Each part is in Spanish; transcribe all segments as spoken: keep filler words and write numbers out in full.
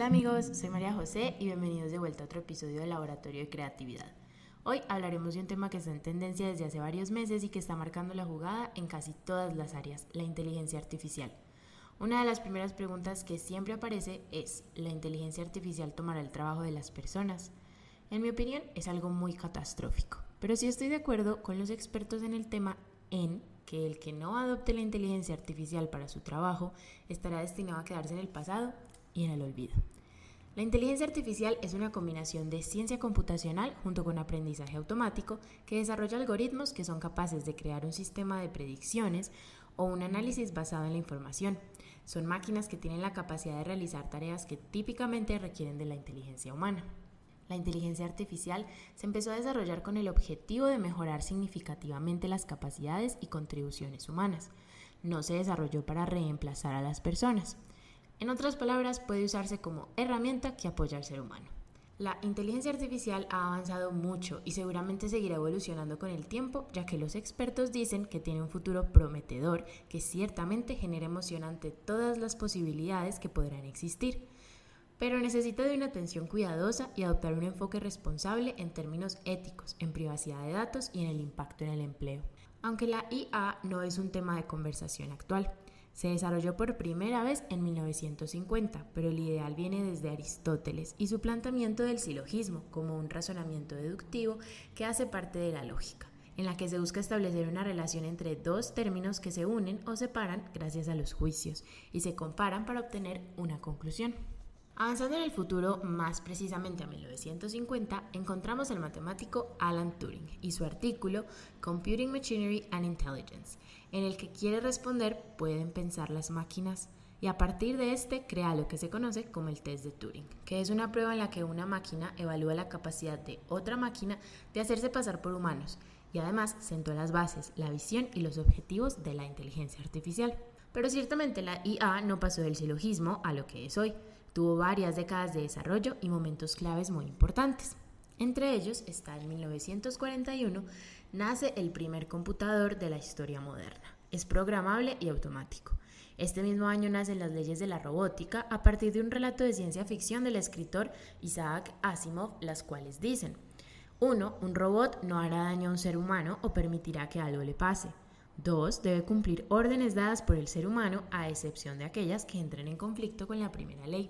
Hola amigos, soy María José y bienvenidos de vuelta a otro episodio del Laboratorio de Creatividad. Hoy hablaremos de un tema que está en tendencia desde hace varios meses y que está marcando la jugada en casi todas las áreas, la inteligencia artificial. Una de las primeras preguntas que siempre aparece es, ¿la inteligencia artificial tomará el trabajo de las personas? En mi opinión es algo muy catastrófico, pero sí estoy de acuerdo con los expertos en el tema en que el que no adopte la inteligencia artificial para su trabajo estará destinado a quedarse en el pasado y en el olvido. La inteligencia artificial es una combinación de ciencia computacional junto con aprendizaje automático que desarrolla algoritmos que son capaces de crear un sistema de predicciones o un análisis basado en la información. Son máquinas que tienen la capacidad de realizar tareas que típicamente requieren de la inteligencia humana. La inteligencia artificial se empezó a desarrollar con el objetivo de mejorar significativamente las capacidades y contribuciones humanas. No se desarrolló para reemplazar a las personas. En otras palabras, puede usarse como herramienta que apoya al ser humano. La inteligencia artificial ha avanzado mucho y seguramente seguirá evolucionando con el tiempo, ya que los expertos dicen que tiene un futuro prometedor que ciertamente genera emoción ante todas las posibilidades que podrán existir. Pero necesita de una atención cuidadosa y adoptar un enfoque responsable en términos éticos, en privacidad de datos y en el impacto en el empleo. Aunque la I A no es un tema de conversación actual. Se desarrolló por primera vez en mil novecientos cincuenta, pero el ideal viene desde Aristóteles y su planteamiento del silogismo como un razonamiento deductivo que hace parte de la lógica, en la que se busca establecer una relación entre dos términos que se unen o separan gracias a los juicios y se comparan para obtener una conclusión. Avanzando en el futuro, más precisamente a mil novecientos cincuenta, encontramos al matemático Alan Turing y su artículo Computing Machinery and Intelligence, en el que quiere responder ¿pueden pensar las máquinas? Y a partir de este crea lo que se conoce como el test de Turing, que es una prueba en la que una máquina evalúa la capacidad de otra máquina de hacerse pasar por humanos y además sentó las bases, la visión y los objetivos de la inteligencia artificial. Pero ciertamente la I A no pasó del silogismo a lo que es hoy. Tuvo varias décadas de desarrollo y momentos claves muy importantes. Entre ellos está en mil novecientos cuarenta y uno, nace el primer computador de la historia moderna. Es programable y automático. Este mismo año nacen las leyes de la robótica a partir de un relato de ciencia ficción del escritor Isaac Asimov, las cuales dicen: uno. Un robot no hará daño a un ser humano o permitirá que algo le pase. dos. Debe cumplir órdenes dadas por el ser humano, a excepción de aquellas que entren en conflicto con la primera ley.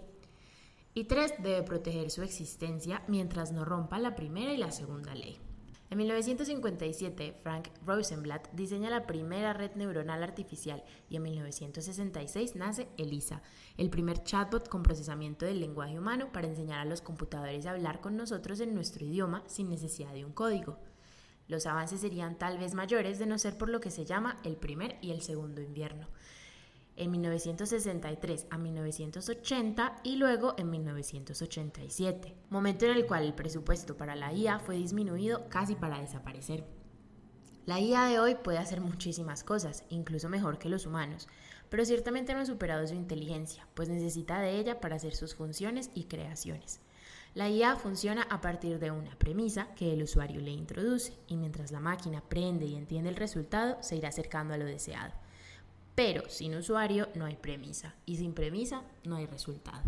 Y tres. Debe proteger su existencia mientras no rompa la primera y la segunda ley. En mil novecientos cincuenta y siete, Frank Rosenblatt diseña la primera red neuronal artificial y en mil novecientos sesenta y seis nace ELIZA, el primer chatbot con procesamiento del lenguaje humano para enseñar a los computadores a hablar con nosotros en nuestro idioma sin necesidad de un código. Los avances serían tal vez mayores de no ser por lo que se llama el primer y el segundo invierno, en mil novecientos sesenta y tres a mil novecientos ochenta y luego en mil novecientos ochenta y siete, momento en el cual el presupuesto para la I A fue disminuido casi para desaparecer. La I A de hoy puede hacer muchísimas cosas, incluso mejor que los humanos, pero ciertamente no ha superado su inteligencia, pues necesita de ella para hacer sus funciones y creaciones. La I A funciona a partir de una premisa que el usuario le introduce y mientras la máquina aprende y entiende el resultado, se irá acercando a lo deseado. Pero sin usuario no hay premisa y sin premisa no hay resultado.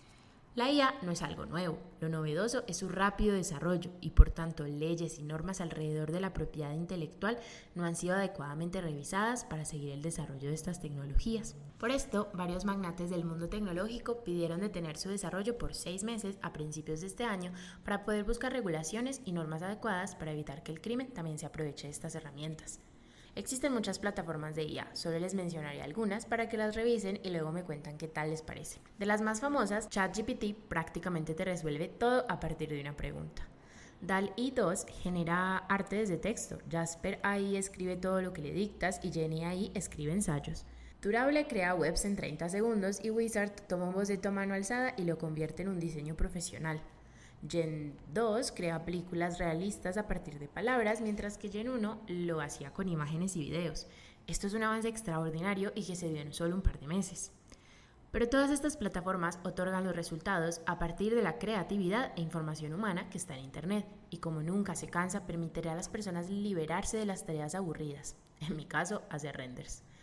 La I A no es algo nuevo, lo novedoso es su rápido desarrollo y por tanto leyes y normas alrededor de la propiedad intelectual no han sido adecuadamente revisadas para seguir el desarrollo de estas tecnologías. Por esto, varios magnates del mundo tecnológico pidieron detener su desarrollo por seis meses a principios de este año para poder buscar regulaciones y normas adecuadas para evitar que el crimen también se aproveche de estas herramientas. Existen muchas plataformas de I A, solo les mencionaré algunas para que las revisen y luego me cuentan qué tal les parece. De las más famosas, ChatGPT prácticamente te resuelve todo a partir de una pregunta. DALL-E dos genera arte desde texto, Jasper A I escribe todo lo que le dictas y Jenny A I escribe ensayos. Durable crea webs en treinta segundos y Wizard toma un boceto a mano alzada y lo convierte en un diseño profesional. Gen dos crea películas realistas a partir de palabras, mientras que Gen uno lo hacía con imágenes y videos. Esto es un avance extraordinario y que se dio en solo un par de meses. Pero todas estas plataformas otorgan los resultados a partir de la creatividad e información humana que está en Internet y como nunca se cansa, permitirá a las personas liberarse de las tareas aburridas, en mi caso, hacer renders.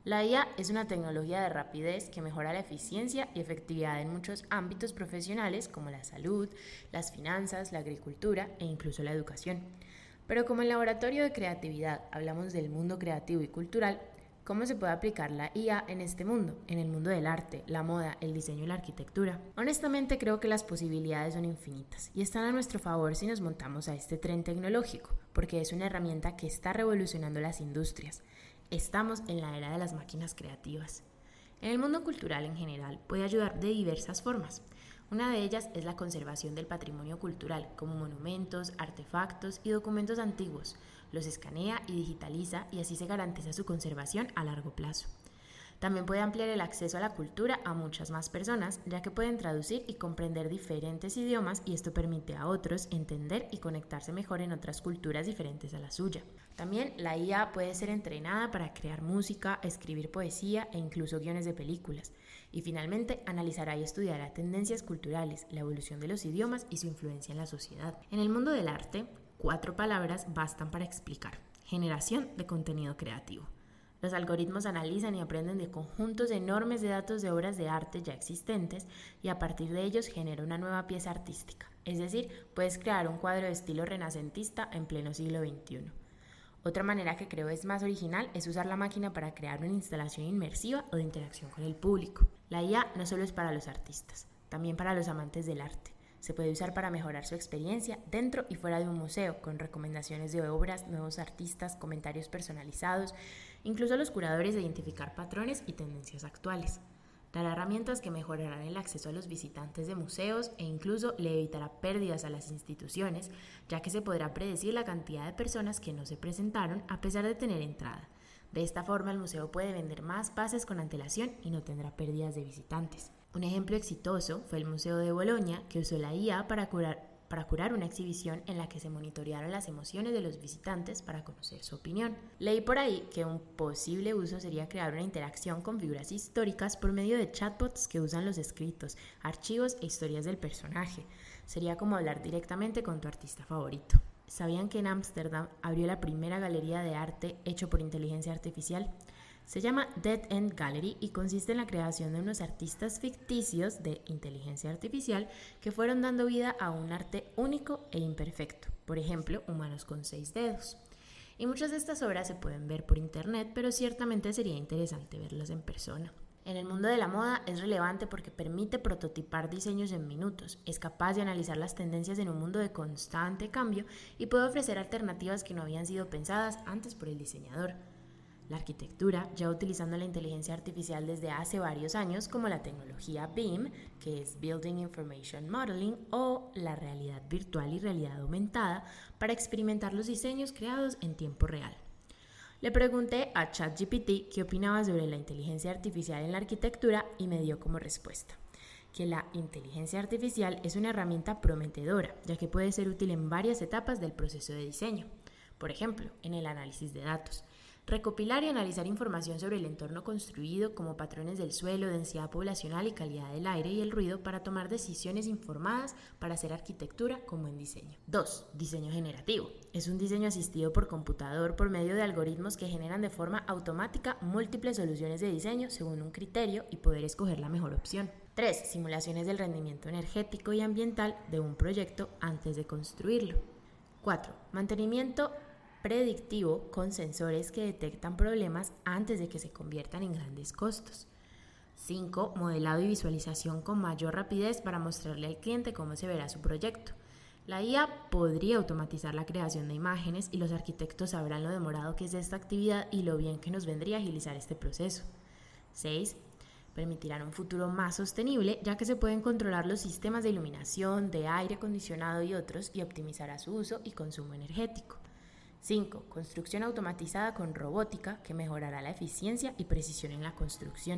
La I A es una tecnología de rapidez que mejora la eficiencia y efectividad en muchos ámbitos profesionales como la salud, las finanzas, la agricultura e incluso la educación. Pero como en Laboratorio de Creatividad hablamos del mundo creativo y cultural, ¿cómo se puede aplicar la I A en este mundo, en el mundo del arte, la moda, el diseño y la arquitectura? Honestamente creo que las posibilidades son infinitas y están a nuestro favor si nos montamos a este tren tecnológico, porque es una herramienta que está revolucionando las industrias. Estamos en la era de las máquinas creativas. En el mundo cultural en general puede ayudar de diversas formas. Una de ellas es la conservación del patrimonio cultural, como monumentos, artefactos y documentos antiguos. Los escanea y digitaliza y así se garantiza su conservación a largo plazo. También puede ampliar el acceso a la cultura a muchas más personas, ya que pueden traducir y comprender diferentes idiomas y esto permite a otros entender y conectarse mejor en otras culturas diferentes a la suya. También la I A puede ser entrenada para crear música, escribir poesía e incluso guiones de películas. Y finalmente analizará y estudiará tendencias culturales, la evolución de los idiomas y su influencia en la sociedad. En el mundo del arte, cuatro palabras bastan para explicar: generación de contenido creativo. Los algoritmos analizan y aprenden de conjuntos enormes de datos de obras de arte ya existentes y a partir de ellos genera una nueva pieza artística. Es decir, puedes crear un cuadro de estilo renacentista en pleno siglo veintiuno. Otra manera que creo es más original es usar la máquina para crear una instalación inmersiva o de interacción con el público. La I A no solo es para los artistas, también para los amantes del arte. Se puede usar para mejorar su experiencia dentro y fuera de un museo, con recomendaciones de obras, nuevos artistas, comentarios personalizados, incluso los curadores de identificar patrones y tendencias actuales. Dará herramientas que mejorarán el acceso a los visitantes de museos e incluso le evitará pérdidas a las instituciones, ya que se podrá predecir la cantidad de personas que no se presentaron a pesar de tener entrada. De esta forma, el museo puede vender más pases con antelación y no tendrá pérdidas de visitantes. Un ejemplo exitoso fue el Museo de Bolonia, que usó la I A para curar, para curar una exhibición en la que se monitorearon las emociones de los visitantes para conocer su opinión. Leí por ahí que un posible uso sería crear una interacción con figuras históricas por medio de chatbots que usan los escritos, archivos e historias del personaje. Sería como hablar directamente con tu artista favorito. ¿Sabían que en Ámsterdam abrió la primera galería de arte hecho por inteligencia artificial? Se llama Dead End Gallery y consiste en la creación de unos artistas ficticios de inteligencia artificial que fueron dando vida a un arte único e imperfecto, por ejemplo, humanos con seis dedos. Y muchas de estas obras se pueden ver por internet, pero ciertamente sería interesante verlas en persona. En el mundo de la moda es relevante porque permite prototipar diseños en minutos, es capaz de analizar las tendencias en un mundo de constante cambio y puede ofrecer alternativas que no habían sido pensadas antes por el diseñador. La arquitectura, ya utilizando la inteligencia artificial desde hace varios años, como la tecnología B I M, que es Building Information Modeling, o la realidad virtual y realidad aumentada, para experimentar los diseños creados en tiempo real. Le pregunté a ChatGPT qué opinaba sobre la inteligencia artificial en la arquitectura y me dio como respuesta que la inteligencia artificial es una herramienta prometedora, ya que puede ser útil en varias etapas del proceso de diseño. Por ejemplo, en el análisis de datos. Recopilar y analizar información sobre el entorno construido como patrones del suelo, densidad poblacional y calidad del aire y el ruido para tomar decisiones informadas para hacer arquitectura como en diseño. dos. Diseño generativo. Es un diseño asistido por computador por medio de algoritmos que generan de forma automática múltiples soluciones de diseño según un criterio y poder escoger la mejor opción. tres. Simulaciones del rendimiento energético y ambiental de un proyecto antes de construirlo. cuatro. Mantenimiento predictivo con sensores que detectan problemas antes de que se conviertan en grandes costos. cinco. Modelado y visualización con mayor rapidez para mostrarle al cliente cómo se verá su proyecto. La I A podría automatizar la creación de imágenes y los arquitectos sabrán lo demorado que es esta actividad y lo bien que nos vendría agilizar este proceso. seis. Permitirán un futuro más sostenible, ya que se pueden controlar los sistemas de iluminación, de aire acondicionado y otros y optimizará su uso y consumo energético. cinco. Construcción automatizada con robótica que mejorará la eficiencia y precisión en la construcción.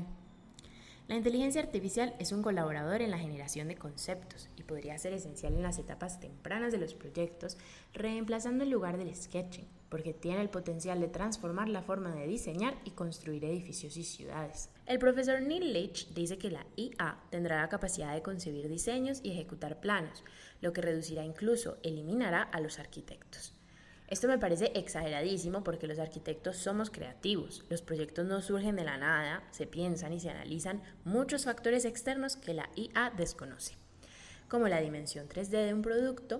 La inteligencia artificial es un colaborador en la generación de conceptos y podría ser esencial en las etapas tempranas de los proyectos, reemplazando el lugar del sketching, porque tiene el potencial de transformar la forma de diseñar y construir edificios y ciudades. El profesor Neil Leach dice que la I A tendrá la capacidad de concebir diseños y ejecutar planos, lo que reducirá incluso eliminará a los arquitectos. Esto me parece exageradísimo porque los arquitectos somos creativos. Los proyectos no surgen de la nada, se piensan y se analizan muchos factores externos que la I A desconoce, como la dimensión tres D de un producto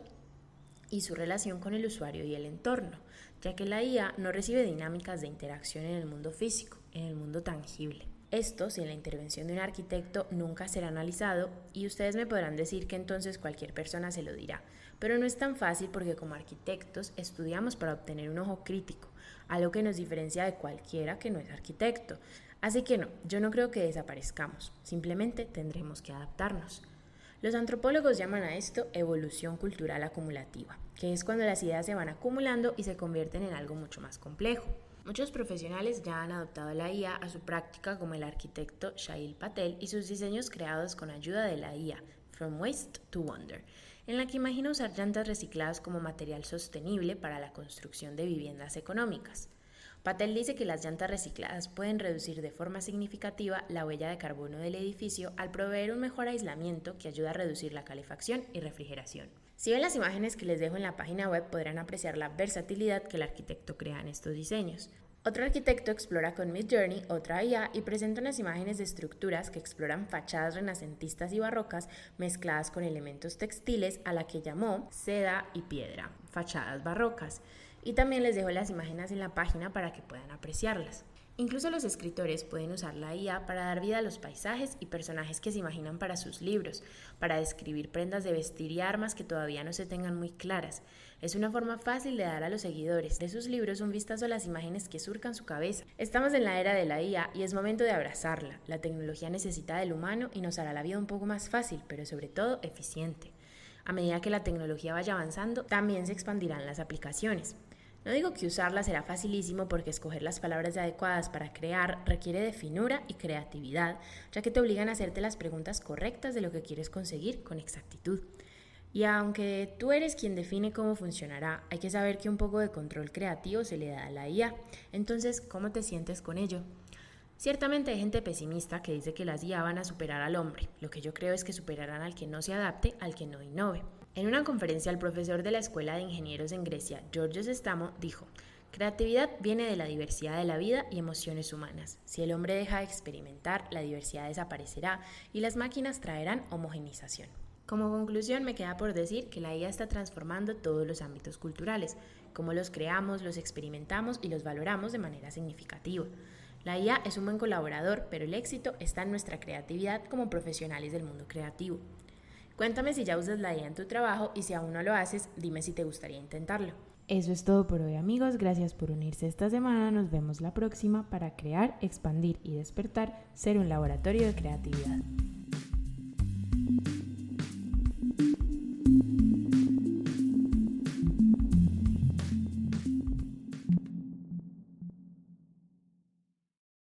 y su relación con el usuario y el entorno, ya que la I A no recibe dinámicas de interacción en el mundo físico, en el mundo tangible. Esto, sin la intervención de un arquitecto, nunca será analizado y ustedes me podrán decir que entonces cualquier persona se lo dirá, pero no es tan fácil porque como arquitectos estudiamos para obtener un ojo crítico, algo que nos diferencia de cualquiera que no es arquitecto. Así que no, yo no creo que desaparezcamos, simplemente tendremos que adaptarnos. Los antropólogos llaman a esto evolución cultural acumulativa, que es cuando las ideas se van acumulando y se convierten en algo mucho más complejo. Muchos profesionales ya han adoptado la I A a su práctica, como el arquitecto Shail Patel y sus diseños creados con ayuda de la I A, From Waste to Wonder, en la que imagina usar llantas recicladas como material sostenible para la construcción de viviendas económicas. Patel dice que las llantas recicladas pueden reducir de forma significativa la huella de carbono del edificio al proveer un mejor aislamiento que ayuda a reducir la calefacción y refrigeración. Si ven las imágenes que les dejo en la página web podrán apreciar la versatilidad que el arquitecto crea en estos diseños. Otro arquitecto explora con Midjourney otra I A y presenta unas imágenes de estructuras que exploran fachadas renacentistas y barrocas mezcladas con elementos textiles a la que llamó seda y piedra, fachadas barrocas. Y también les dejo las imágenes en la página para que puedan apreciarlas. Incluso los escritores pueden usar la I A para dar vida a los paisajes y personajes que se imaginan para sus libros, para describir prendas de vestir y armas que todavía no se tengan muy claras. Es una forma fácil de dar a los seguidores de sus libros un vistazo a las imágenes que surcan su cabeza. Estamos en la era de la I A y es momento de abrazarla. La tecnología necesita del humano y nos hará la vida un poco más fácil, pero sobre todo eficiente. A medida que la tecnología vaya avanzando, también se expandirán las aplicaciones. No digo que usarla será facilísimo porque escoger las palabras adecuadas para crear requiere de finura y creatividad, ya que te obligan a hacerte las preguntas correctas de lo que quieres conseguir con exactitud. Y aunque tú eres quien define cómo funcionará, hay que saber que un poco de control creativo se le da a la I A. Entonces, ¿cómo te sientes con ello? Ciertamente hay gente pesimista que dice que las I A van a superar al hombre. Lo que yo creo es que superarán al que no se adapte, al que no innove. En una conferencia, el profesor de la Escuela de Ingenieros en Grecia, Georgios Stamo, dijo: creatividad viene de la diversidad de la vida y emociones humanas. Si el hombre deja de experimentar, la diversidad desaparecerá y las máquinas traerán homogenización. Como conclusión, me queda por decir que la I A está transformando todos los ámbitos culturales, cómo los creamos, los experimentamos y los valoramos de manera significativa. La I A es un buen colaborador, pero el éxito está en nuestra creatividad como profesionales del mundo creativo. Cuéntame si ya usas la I A en tu trabajo y si aún no lo haces, dime si te gustaría intentarlo. Eso es todo por hoy, amigos. Gracias por unirse esta semana. Nos vemos la próxima para crear, expandir y despertar, ser un laboratorio de creatividad.